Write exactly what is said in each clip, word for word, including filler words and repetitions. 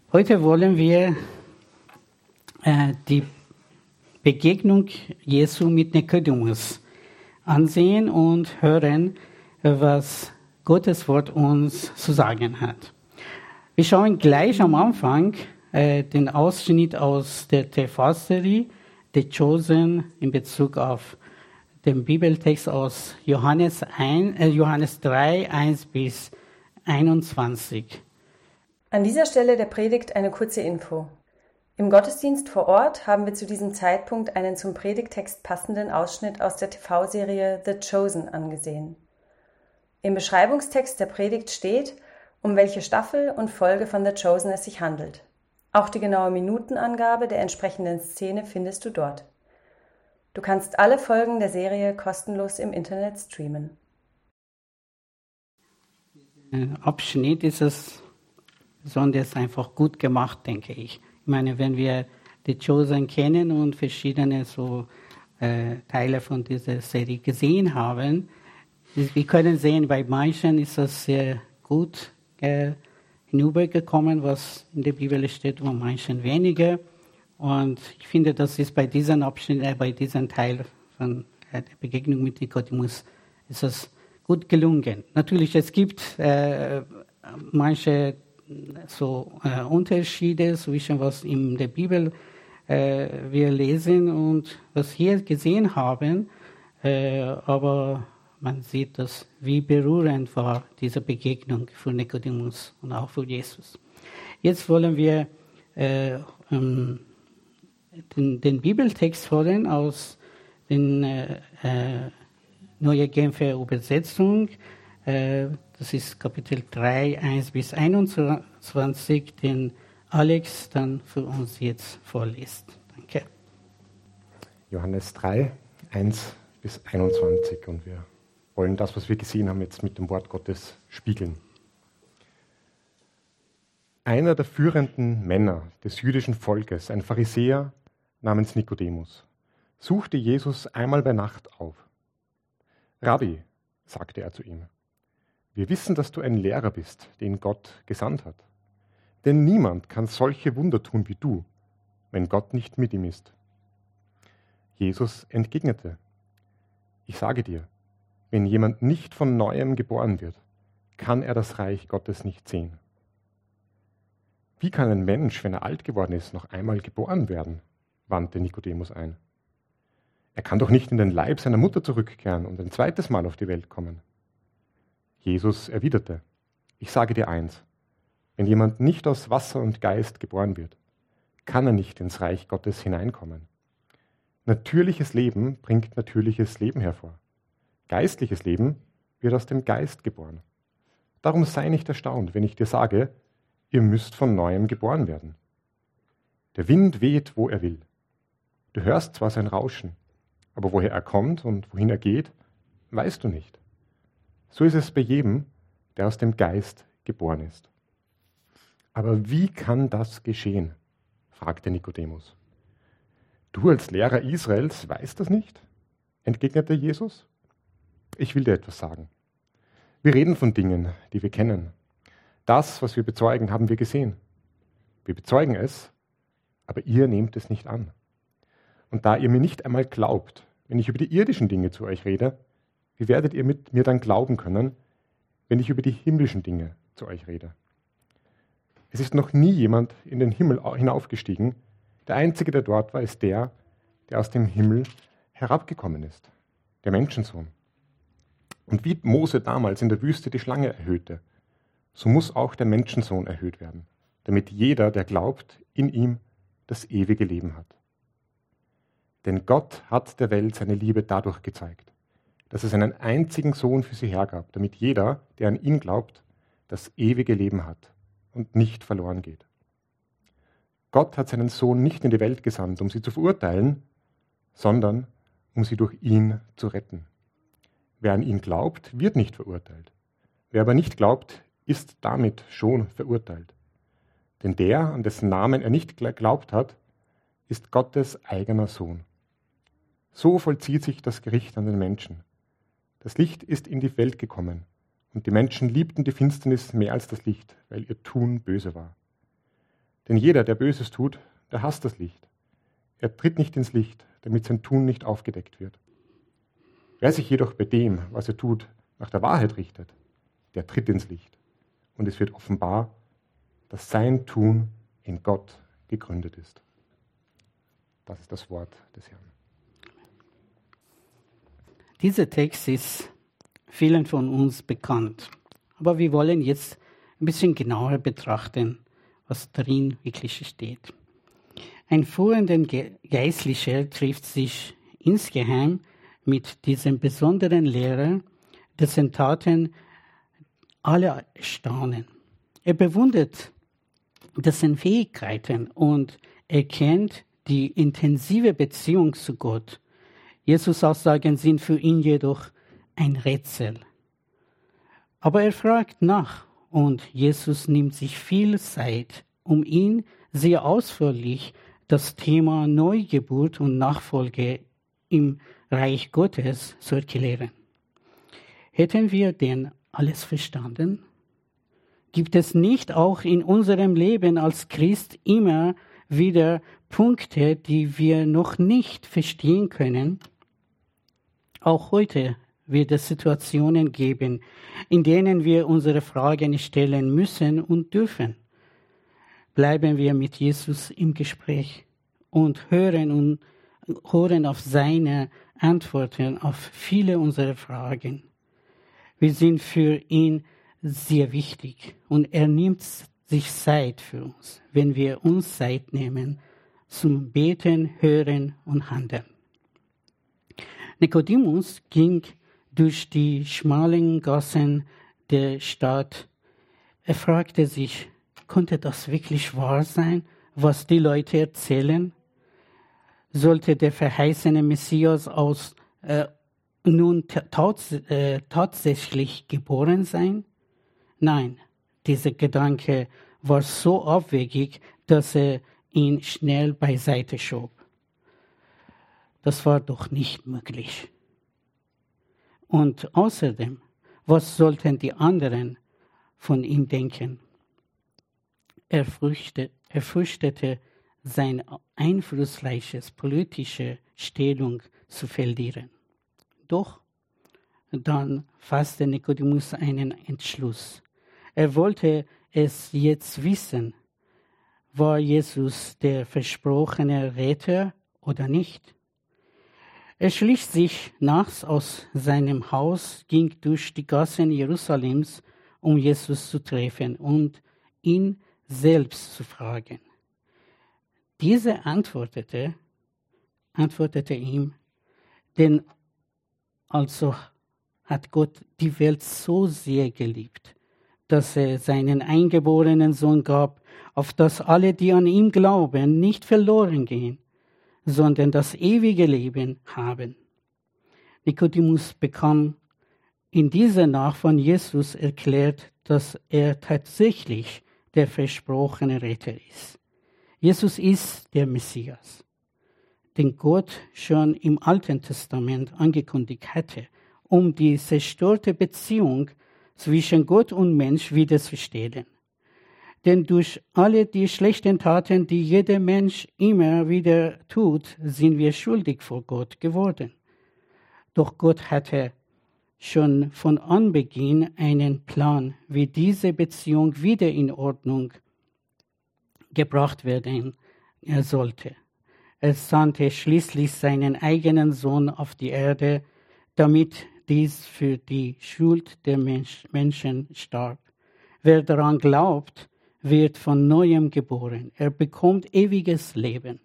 Heute wollen wir äh, die Begegnung Jesu mit Nikodemus ansehen und hören, was Gottes Wort uns zu sagen hat. Wir schauen gleich am Anfang äh, den Ausschnitt aus der T V-Serie The Chosen in Bezug auf den Bibeltext aus Johannes, eins, äh, Johannes drei, eins bis einundzwanzig. An dieser Stelle der Predigt eine kurze Info. Im Gottesdienst vor Ort haben wir zu diesem Zeitpunkt einen zum Predigttext passenden Ausschnitt aus der T V-Serie The Chosen angesehen. Im Beschreibungstext der Predigt steht, um welche Staffel und Folge von The Chosen es sich handelt. Auch die genaue Minutenangabe der entsprechenden Szene findest du dort. Du kannst alle Folgen der Serie kostenlos im Internet streamen. Abschnitt ist es besonders einfach gut gemacht, denke ich. Ich meine, wenn wir The Chosen kennen und verschiedene so äh, Teile von dieser Serie gesehen haben, wir können sehen, bei manchen ist das sehr gut äh, hinübergekommen, was in der Bibel steht, und manchen weniger. Und ich finde, das ist bei diesem Abschnitt, äh, bei diesem Teil von äh, der Begegnung mit Nikodemus, ist das gut gelungen. Natürlich, es gibt äh, manche so äh, Unterschiede zwischen was in der Bibel äh, wir lesen und was hier gesehen haben, äh, aber man sieht, dass wie berührend war diese Begegnung für Nikodemus und auch für Jesus. Jetzt wollen wir äh, ähm, den, den Bibeltext hören aus der äh, äh, Neue Genfer Übersetzung. Äh, das ist Kapitel drei, eins bis einundzwanzig, den Alex dann für uns jetzt vorliest. Danke. Johannes drei, eins bis einundzwanzig, und wir wollen das, was wir gesehen haben, jetzt mit dem Wort Gottes spiegeln. Einer der führenden Männer des jüdischen Volkes, ein Pharisäer namens Nikodemus, suchte Jesus einmal bei Nacht auf. Rabbi, sagte er zu ihm, wir wissen, dass du ein Lehrer bist, den Gott gesandt hat. Denn niemand kann solche Wunder tun wie du, wenn Gott nicht mit ihm ist. Jesus entgegnete, ich sage dir, wenn jemand nicht von Neuem geboren wird, kann er das Reich Gottes nicht sehen. Wie kann ein Mensch, wenn er alt geworden ist, noch einmal geboren werden? Wandte Nikodemus ein. Er kann doch nicht in den Leib seiner Mutter zurückkehren und ein zweites Mal auf die Welt kommen. Jesus erwiderte, ich sage dir eins, wenn jemand nicht aus Wasser und Geist geboren wird, kann er nicht ins Reich Gottes hineinkommen. Natürliches Leben bringt natürliches Leben hervor. Geistliches Leben wird aus dem Geist geboren. Darum sei nicht erstaunt, wenn ich dir sage, ihr müsst von Neuem geboren werden. Der Wind weht, wo er will. Du hörst zwar sein Rauschen, aber woher er kommt und wohin er geht, weißt du nicht. So ist es bei jedem, der aus dem Geist geboren ist. Aber wie kann das geschehen? Fragte Nikodemus. Du als Lehrer Israels weißt das nicht? Entgegnete Jesus. Ich will dir etwas sagen. Wir reden von Dingen, die wir kennen. Das, was wir bezeugen, haben wir gesehen. Wir bezeugen es, aber ihr nehmt es nicht an. Und da ihr mir nicht einmal glaubt, wenn ich über die irdischen Dinge zu euch rede, wie werdet ihr mit mir dann glauben können, wenn ich über die himmlischen Dinge zu euch rede? Es ist noch nie jemand in den Himmel hinaufgestiegen. Der Einzige, der dort war, ist der, der aus dem Himmel herabgekommen ist, der Menschensohn. Und wie Mose damals in der Wüste die Schlange erhöhte, so muss auch der Menschensohn erhöht werden, damit jeder, der glaubt, in ihm das ewige Leben hat. Denn Gott hat der Welt seine Liebe dadurch gezeigt, dass es einen einzigen Sohn für sie hergab, damit jeder, der an ihn glaubt, das ewige Leben hat und nicht verloren geht. Gott hat seinen Sohn nicht in die Welt gesandt, um sie zu verurteilen, sondern um sie durch ihn zu retten. Wer an ihn glaubt, wird nicht verurteilt. Wer aber nicht glaubt, ist damit schon verurteilt. Denn der, an dessen Namen er nicht geglaubt hat, ist Gottes eigener Sohn. So vollzieht sich das Gericht an den Menschen. Das Licht ist in die Welt gekommen, und die Menschen liebten die Finsternis mehr als das Licht, weil ihr Tun böse war. Denn jeder, der Böses tut, der hasst das Licht. Er tritt nicht ins Licht, damit sein Tun nicht aufgedeckt wird. Wer sich jedoch bei dem, was er tut, nach der Wahrheit richtet, der tritt ins Licht. Und es wird offenbar, dass sein Tun in Gott gegründet ist. Das ist das Wort des Herrn. Dieser Text ist vielen von uns bekannt. Aber wir wollen jetzt ein bisschen genauer betrachten, was darin wirklich steht. Ein führender Geistlicher trifft sich insgeheim mit diesem besonderen Lehrer, dessen Taten alle staunen. Er bewundert dessen Fähigkeiten und erkennt die intensive Beziehung zu Gott. Jesus' Aussagen sind für ihn jedoch ein Rätsel. Aber er fragt nach und Jesus nimmt sich viel Zeit, um ihn sehr ausführlich das Thema Neugeburt und Nachfolge im Reich Gottes zu erklären. Hätten wir denn alles verstanden? Gibt es nicht auch in unserem Leben als Christ immer wieder Punkte, die wir noch nicht verstehen können? Auch heute wird es Situationen geben, in denen wir unsere Fragen stellen müssen und dürfen. Bleiben wir mit Jesus im Gespräch und hören, und hören auf seine Antworten auf viele unserer Fragen. Wir sind für ihn sehr wichtig und er nimmt sich Zeit für uns, wenn wir uns Zeit nehmen zum Beten, Hören und Handeln. Nikodemus ging durch die schmalen Gassen der Stadt. Er fragte sich, konnte das wirklich wahr sein, was die Leute erzählen? Sollte der verheißene Messias aus äh, nun tats- äh, tatsächlich geboren sein? Nein, dieser Gedanke war so abwegig, dass er ihn schnell beiseite schob. Das war doch nicht möglich. Und außerdem, was sollten die anderen von ihm denken? Er fürchtete, er fürchtete sein einflussreiches politische Stellung zu verlieren. Doch dann fasste Nikodemus einen Entschluss. Er wollte es jetzt wissen, war Jesus der versprochene Retter oder nicht? Er schlich sich nachts aus seinem Haus, ging durch die Gassen Jerusalems, um Jesus zu treffen und ihn selbst zu fragen. Dieser antwortete, antwortete ihm, denn also hat Gott die Welt so sehr geliebt, dass er seinen eingeborenen Sohn gab, auf dass alle, die an ihm glauben, nicht verloren gehen, sondern das ewige Leben haben. Nikodemus bekam in dieser Nacht von Jesus erklärt, dass er tatsächlich der versprochene Retter ist. Jesus ist der Messias, den Gott schon im Alten Testament angekündigt hatte, um die zerstörte Beziehung zwischen Gott und Mensch wiederzustellen. Denn durch alle die schlechten Taten, die jeder Mensch immer wieder tut, sind wir schuldig vor Gott geworden. Doch Gott hatte schon von Anbeginn einen Plan, wie diese Beziehung wieder in Ordnung gebracht werden sollte. Er sandte schließlich seinen eigenen Sohn auf die Erde, damit dies für die Schuld der Mensch, Menschen starb. Wer daran glaubt, wird von Neuem geboren. Er bekommt ewiges Leben.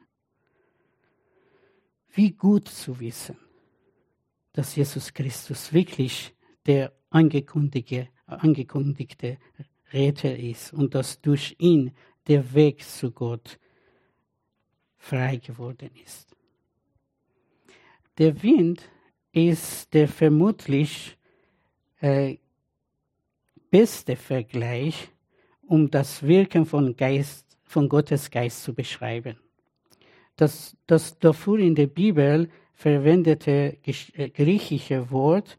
Wie gut zu wissen, dass Jesus Christus wirklich der angekündigte, angekündigte Retter ist und dass durch ihn der Weg zu Gott frei geworden ist. Der Wind ist der vermutlich äh, beste Vergleich, um das Wirken von, Geist, von Gottes Geist zu beschreiben. Das, das dafür in der Bibel verwendete griechische Wort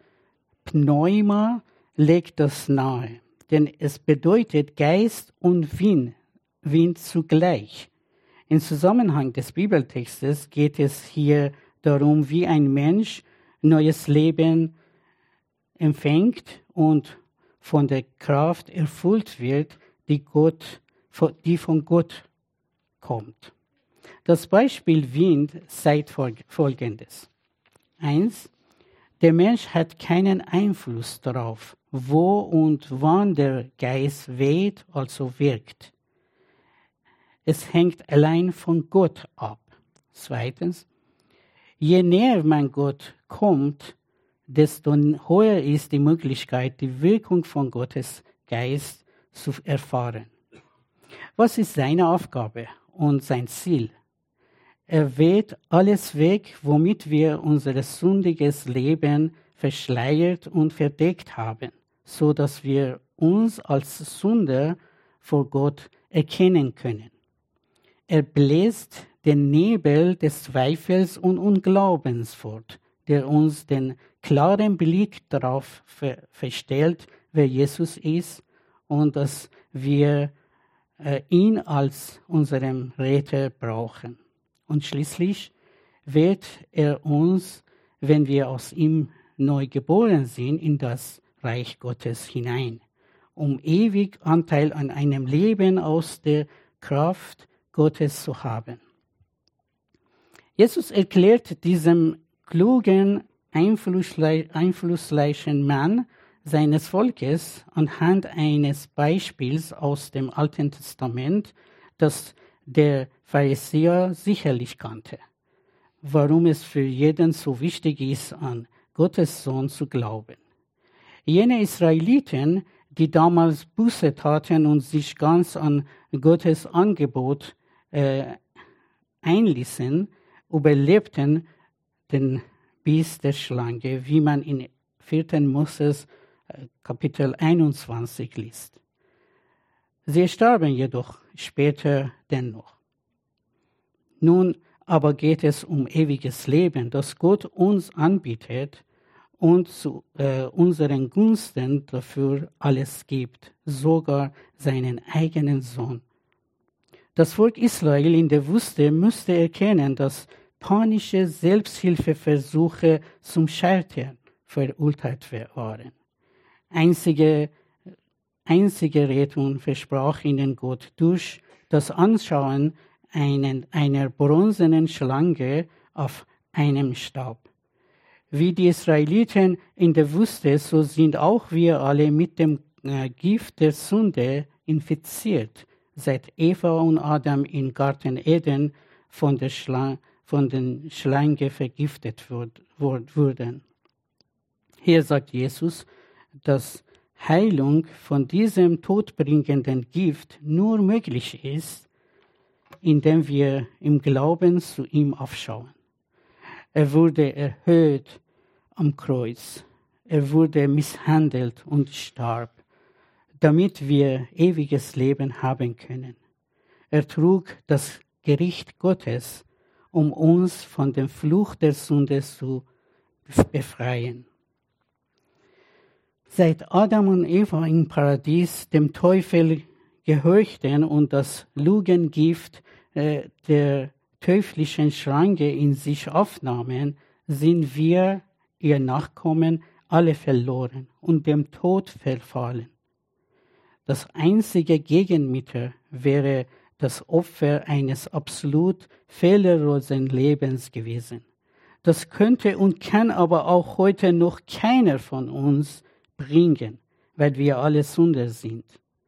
Pneuma legt das nahe, denn es bedeutet Geist und Wind Wind zugleich. Im Zusammenhang des Bibeltextes geht es hier darum, wie ein Mensch neues Leben empfängt und von der Kraft erfüllt wird, die, Gott, die von Gott kommt. Das Beispiel Wind zeigt Folgendes. Eins, der Mensch hat keinen Einfluss darauf, wo und wann der Geist weht, also wirkt. Es hängt allein von Gott ab. Zweitens, je näher man Gott kommt, desto höher ist die Möglichkeit, die Wirkung von Gottes Geist zu erfahren. Was ist seine Aufgabe und sein Ziel? Er weht alles weg, womit wir unser sündiges Leben verschleiert und verdeckt haben, so dass wir uns als Sünder vor Gott erkennen können. Er bläst den Nebel des Zweifels und Unglaubens fort, der uns den klaren Blick darauf ver- verstellt, wer Jesus ist und dass wir äh, ihn als unseren Retter brauchen. Und schließlich wird er uns, wenn wir aus ihm neu geboren sind, in das Reich Gottes hinein, um ewig Anteil an einem Leben aus der Kraft Gottes zu haben. Jesus erklärt diesem klugen, einflussreichen Mann seines Volkes anhand eines Beispiels aus dem Alten Testament, das der Pharisäer sicherlich kannte, warum es für jeden so wichtig ist, an Gottes Sohn zu glauben. Jene Israeliten, die damals Buße taten und sich ganz an Gottes Angebot äh, einließen, überlebten den Biss der Schlange, wie man in vierten Moses äh, Kapitel einundzwanzig liest. Sie starben jedoch später dennoch. Nun aber geht es um ewiges Leben, das Gott uns anbietet und zu äh, unseren Gunsten dafür alles gibt, sogar seinen eigenen Sohn. Das Volk Israel in der Wüste müsste erkennen, dass panische Selbsthilfeversuche zum Scheitern verurteilt waren. Einzige, einzige Rettung versprach ihnen Gott durch das Anschauen einen, einer bronzenen Schlange auf einem Stab. Wie die Israeliten in der Wüste, so sind auch wir alle mit dem äh, Gift der Sünde infiziert, seit Eva und Adam im Garten Eden von der Schlange, von den Schlange vergiftet wurden. Hier sagt Jesus, dass Heilung von diesem todbringenden Gift nur möglich ist, indem wir im Glauben zu ihm aufschauen. Er wurde erhöht am Kreuz. Er wurde misshandelt und starb, damit wir ewiges Leben haben können. Er trug das Gericht Gottes, um uns von dem Fluch der Sünde zu befreien. Seit Adam und Eva im Paradies dem Teufel gehorchten und das Lügengift äh, der teuflischen Schlange in sich aufnahmen, sind wir, ihr Nachkommen, alle verloren und dem Tod verfallen. Das einzige Gegenmittel wäre das Opfer eines absolut fehlerlosen Lebens gewesen. Das könnte und kann aber auch heute noch keiner von uns bringen, weil wir alle Sünder sind.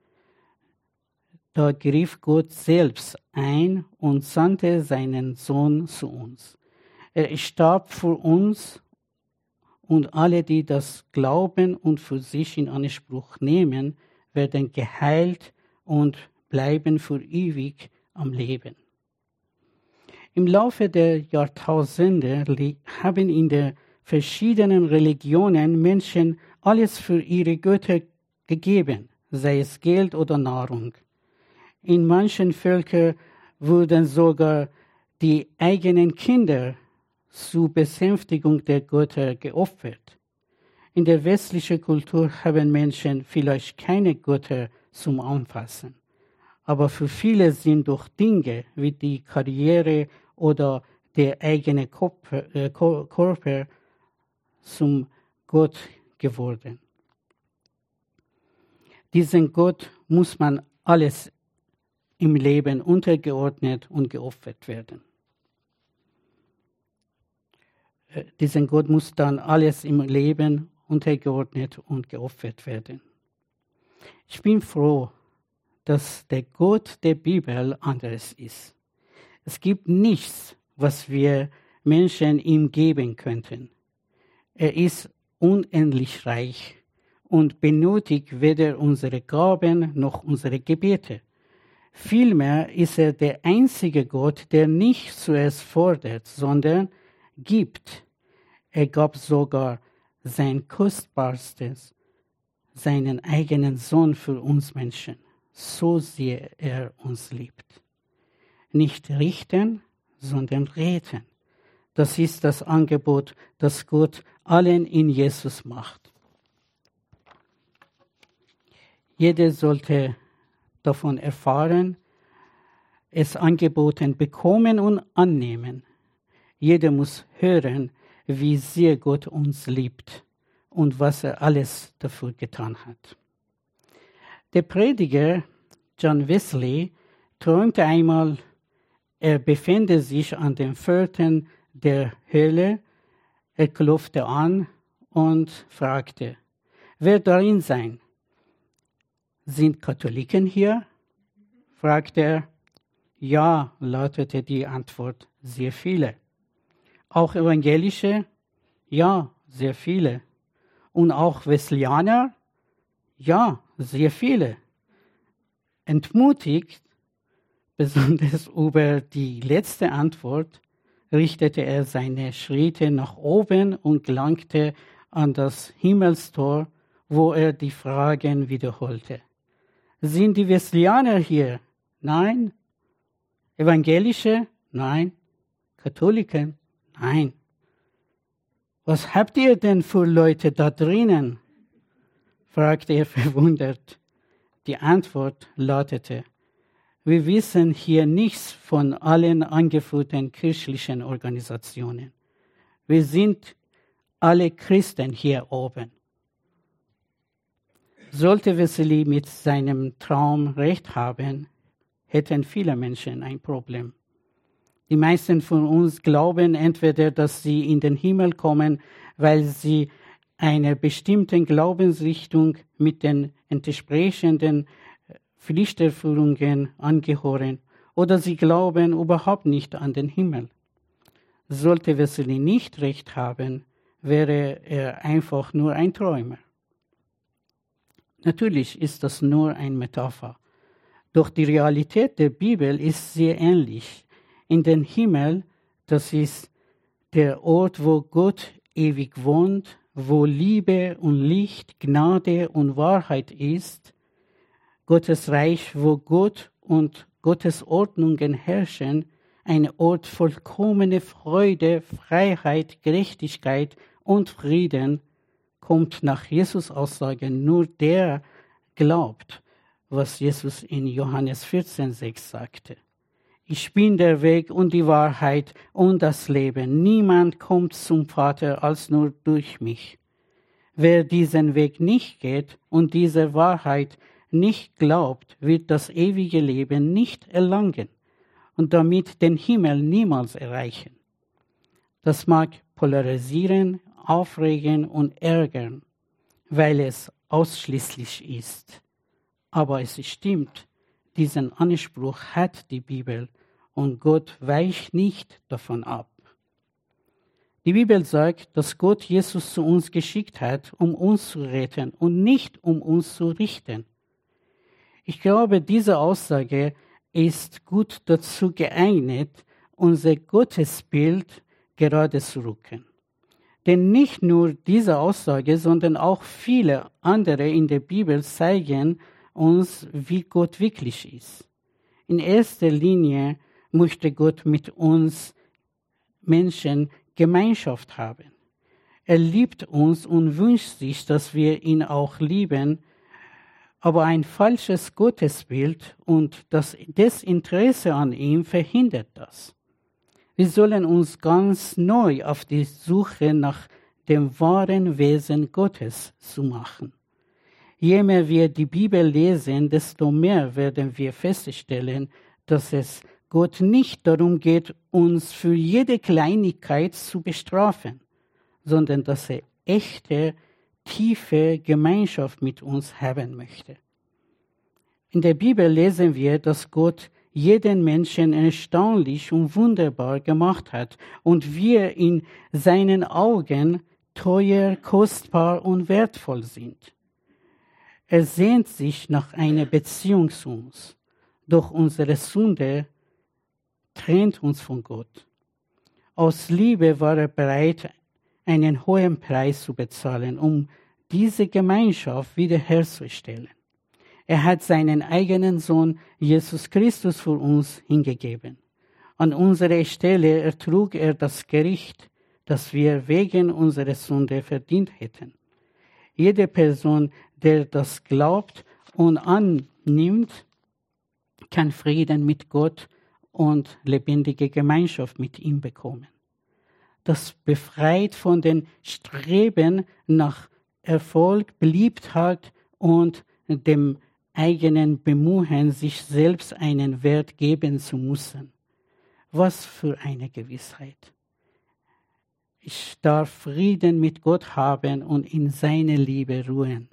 Da griff Gott selbst ein und sandte seinen Sohn zu uns. Er starb für uns und alle, die das glauben und für sich in Anspruch nehmen, werden geheilt und bleiben für ewig am Leben. Im Laufe der Jahrtausende haben in den verschiedenen Religionen Menschen alles für ihre Götter gegeben, sei es Geld oder Nahrung. In manchen Völkern wurden sogar die eigenen Kinder zur Besänftigung der Götter geopfert. In der westlichen Kultur haben Menschen vielleicht keine Götter zum Anfassen, Aber für viele sind durch Dinge wie die Karriere oder der eigene Körper, äh, Körper zum Gott geworden. Diesem Gott muss man alles im Leben untergeordnet und geopfert werden. Äh, diesem Gott muss dann alles im Leben untergeordnet und geopfert werden. Ich bin froh, dass der Gott der Bibel anders ist. Es gibt nichts, was wir Menschen ihm geben könnten. Er ist unendlich reich und benötigt weder unsere Gaben noch unsere Gebete. Vielmehr ist er der einzige Gott, der nicht zuerst fordert, sondern gibt. Er gab sogar sein Kostbarstes, seinen eigenen Sohn für uns Menschen. So sehr er uns liebt. Nicht richten, sondern retten. Das ist das Angebot, das Gott allen in Jesus macht. Jeder sollte davon erfahren, es angeboten bekommen und annehmen. Jeder muss hören, wie sehr Gott uns liebt und was er alles dafür getan hat. Der Prediger John Wesley träumte einmal, er befände sich an den Pforten der Hölle. Er klopfte an und fragte, wer darin sein? Sind Katholiken hier? Fragte er. Ja, lautete die Antwort, sehr viele. Auch Evangelische? Ja, sehr viele. Und auch Wesleyaner? Ja, sehr viele. Entmutigt, besonders über die letzte Antwort, richtete er seine Schritte nach oben und gelangte an das Himmelstor, wo er die Fragen wiederholte. Sind die Wesleyaner hier? Nein. Evangelische? Nein. Katholiken? Nein. Was habt ihr denn für Leute da drinnen? Fragte er verwundert. Die Antwort lautete, wir wissen hier nichts von allen angeführten kirchlichen Organisationen. Wir sind alle Christen hier oben. Sollte Wesley mit seinem Traum recht haben, hätten viele Menschen ein Problem. Die meisten von uns glauben entweder, dass sie in den Himmel kommen, weil sie einer bestimmten Glaubensrichtung mit den entsprechenden Pflichterfüllungen angehören, oder sie glauben überhaupt nicht an den Himmel. Sollte Wesley nicht recht haben, wäre er einfach nur ein Träumer. Natürlich ist das nur eine Metapher, doch die Realität der Bibel ist sehr ähnlich. In den Himmel, das ist der Ort, wo Gott ewig wohnt, wo Liebe und Licht, Gnade und Wahrheit ist, Gottes Reich, wo Gott und Gottes Ordnungen herrschen, ein Ort vollkommene Freude, Freiheit, Gerechtigkeit und Frieden, kommt nach Jesus' Aussage nur der glaubt, was Jesus in Johannes vierzehn sechs sagte. Ich bin der Weg und die Wahrheit und das Leben. Niemand kommt zum Vater als nur durch mich. Wer diesen Weg nicht geht und dieser Wahrheit nicht glaubt, wird das ewige Leben nicht erlangen und damit den Himmel niemals erreichen. Das mag polarisieren, aufregen und ärgern, weil es ausschließlich ist. Aber es stimmt, diesen Anspruch hat die Bibel und Gott weicht nicht davon ab. Die Bibel sagt, dass Gott Jesus zu uns geschickt hat, um uns zu retten und nicht um uns zu richten. Ich glaube, diese Aussage ist gut dazu geeignet, unser Gottesbild gerade zu rücken. Denn nicht nur diese Aussage, sondern auch viele andere in der Bibel zeigen uns, wie Gott wirklich ist. In erster Linie möchte Gott mit uns Menschen Gemeinschaft haben. Er liebt uns und wünscht sich, dass wir ihn auch lieben, aber ein falsches Gottesbild und das Desinteresse an ihm verhindert das. Wir sollen uns ganz neu auf die Suche nach dem wahren Wesen Gottes zu machen. Je mehr wir die Bibel lesen, desto mehr werden wir feststellen, dass es Gott nicht darum geht, uns für jede Kleinigkeit zu bestrafen, sondern dass er echte, tiefe Gemeinschaft mit uns haben möchte. In der Bibel lesen wir, dass Gott jeden Menschen erstaunlich und wunderbar gemacht hat und wir in seinen Augen teuer, kostbar und wertvoll sind. Er sehnt sich nach einer Beziehung zu uns, doch unsere Sünde trennt uns von Gott. Aus Liebe war er bereit, einen hohen Preis zu bezahlen, um diese Gemeinschaft wiederherzustellen. Er hat seinen eigenen Sohn Jesus Christus für uns hingegeben. An unserer Stelle ertrug er das Gericht, das wir wegen unserer Sünde verdient hätten. Jede Person, der das glaubt und annimmt, kann Frieden mit Gott und lebendige Gemeinschaft mit ihm bekommen. Das befreit von den Streben nach Erfolg, Beliebtheit und dem eigenen Bemühen, sich selbst einen Wert geben zu müssen. Was für eine Gewissheit. Ich darf Frieden mit Gott haben und in seiner Liebe ruhen.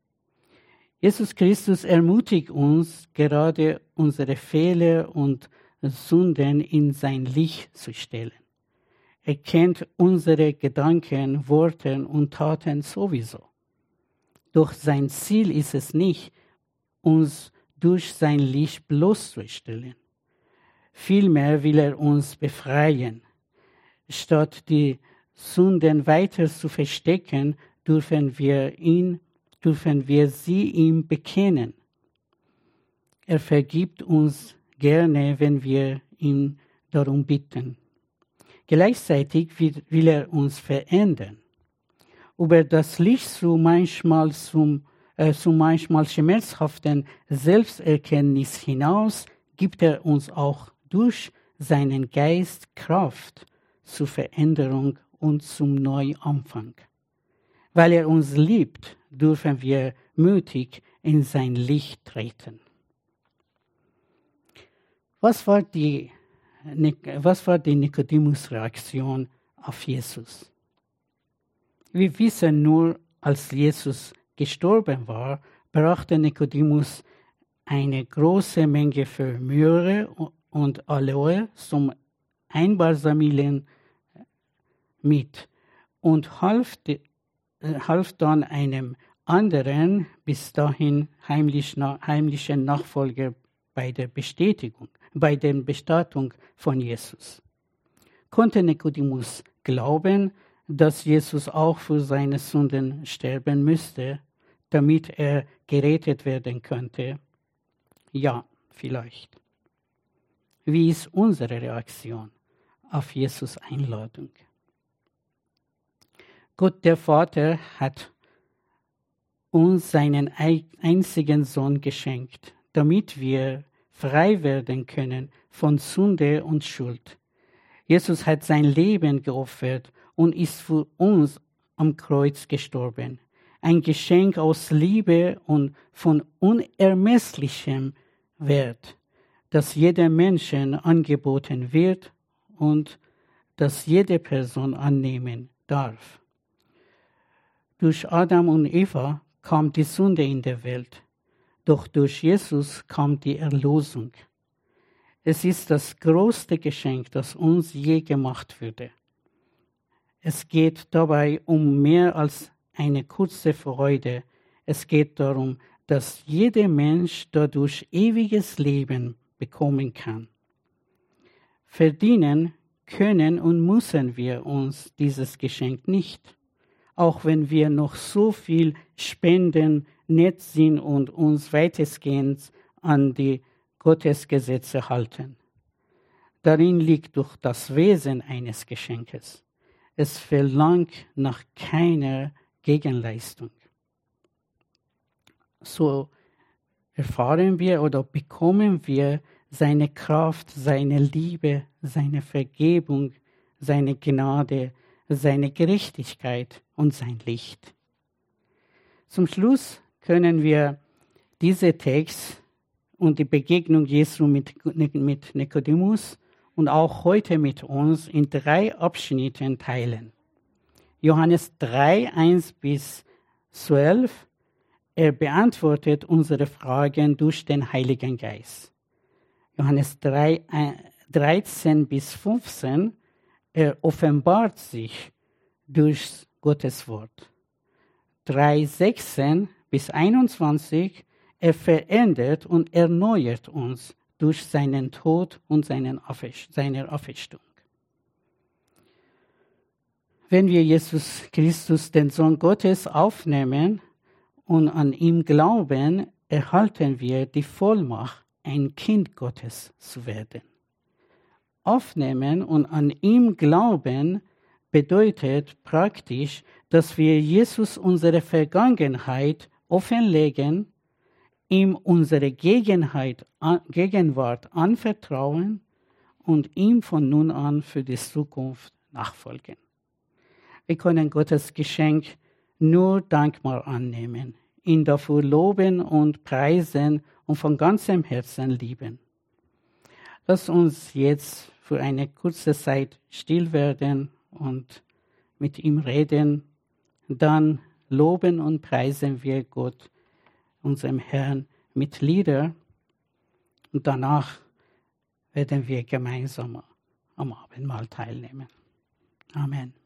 Jesus Christus ermutigt uns, gerade unsere Fehler und Sünden in sein Licht zu stellen. Er kennt unsere Gedanken, Worte und Taten sowieso. Doch sein Ziel ist es nicht, uns durch sein Licht bloßzustellen. Vielmehr will er uns befreien. Statt die Sünden weiter zu verstecken, dürfen wir ihn, dürfen wir sie ihm bekennen. Er vergibt uns gerne, wenn wir ihn darum bitten. Gleichzeitig will er uns verändern. Über das Licht zu manchmal zum, äh, zu manchmal schmerzhaften Selbsterkenntnis hinaus gibt er uns auch durch seinen Geist Kraft zur Veränderung und zum Neuanfang. Weil er uns liebt, dürfen wir mutig in sein Licht treten. Was war die, was war die Nikodemus-Reaktion auf Jesus? Wir wissen nur, als Jesus gestorben war, brachte Nikodemus eine große Menge für Myrrhe und Aloe zum Einbalsamieren mit und half, half dann einem anderen, bis dahin heimlich, heimlichen Nachfolger bei der Bestätigung, bei der Bestattung von Jesus. Konnte Nikodemus glauben, dass Jesus auch für seine Sünden sterben müsste, damit er gerettet werden könnte? Ja, vielleicht. Wie ist unsere Reaktion auf Jesus' Einladung? Gott der Vater hat uns seinen einzigen Sohn geschenkt, damit wir frei werden können von Sünde und Schuld. Jesus hat sein Leben geopfert und ist für uns am Kreuz gestorben. Ein Geschenk aus Liebe und von unermesslichem Wert, das jedem Menschen angeboten wird und das jede Person annehmen darf. Durch Adam und Eva kam die Sünde in der Welt, doch durch Jesus kam die Erlösung. Es ist das größte Geschenk, das uns je gemacht wurde. Es geht dabei um mehr als eine kurze Freude. Es geht darum, dass jeder Mensch dadurch ewiges Leben bekommen kann. Verdienen können und müssen wir uns dieses Geschenk nicht, auch wenn wir noch so viel spenden, nett sind und uns weitestgehend an die Gottesgesetze halten. Darin liegt doch das Wesen eines Geschenkes. Es verlangt nach keiner Gegenleistung. So erfahren wir oder bekommen wir seine Kraft, seine Liebe, seine Vergebung, seine Gnade, seine Gerechtigkeit und sein Licht. Zum Schluss können wir diese Text und die Begegnung Jesu mit, mit Nikodemus und auch heute mit uns in drei Abschnitten teilen. Johannes drei, eins bis zwölf, er beantwortet unsere Fragen durch den Heiligen Geist. Johannes drei, dreizehn bis fünfzehn, er offenbart sich durch Gottes Wort. drei, sechzehn bis einundzwanzig, er verändert und erneuert uns durch seinen Tod und seinen Auferst- seine Auferstehung. Wenn wir Jesus Christus, den Sohn Gottes, aufnehmen und an ihm glauben, erhalten wir die Vollmacht, ein Kind Gottes zu werden. Aufnehmen und an ihm glauben bedeutet praktisch, dass wir Jesus unsere Vergangenheit offenlegen, ihm unsere Gegenwart, Gegenwart anvertrauen und ihm von nun an für die Zukunft nachfolgen. Wir können Gottes Geschenk nur dankbar annehmen, ihn dafür loben und preisen und von ganzem Herzen lieben. Lass uns jetzt für eine kurze Zeit still werden und mit ihm reden. Dann loben und preisen wir Gott, unserem Herrn, mit Liedern. Und danach werden wir gemeinsam am Abendmahl teilnehmen. Amen.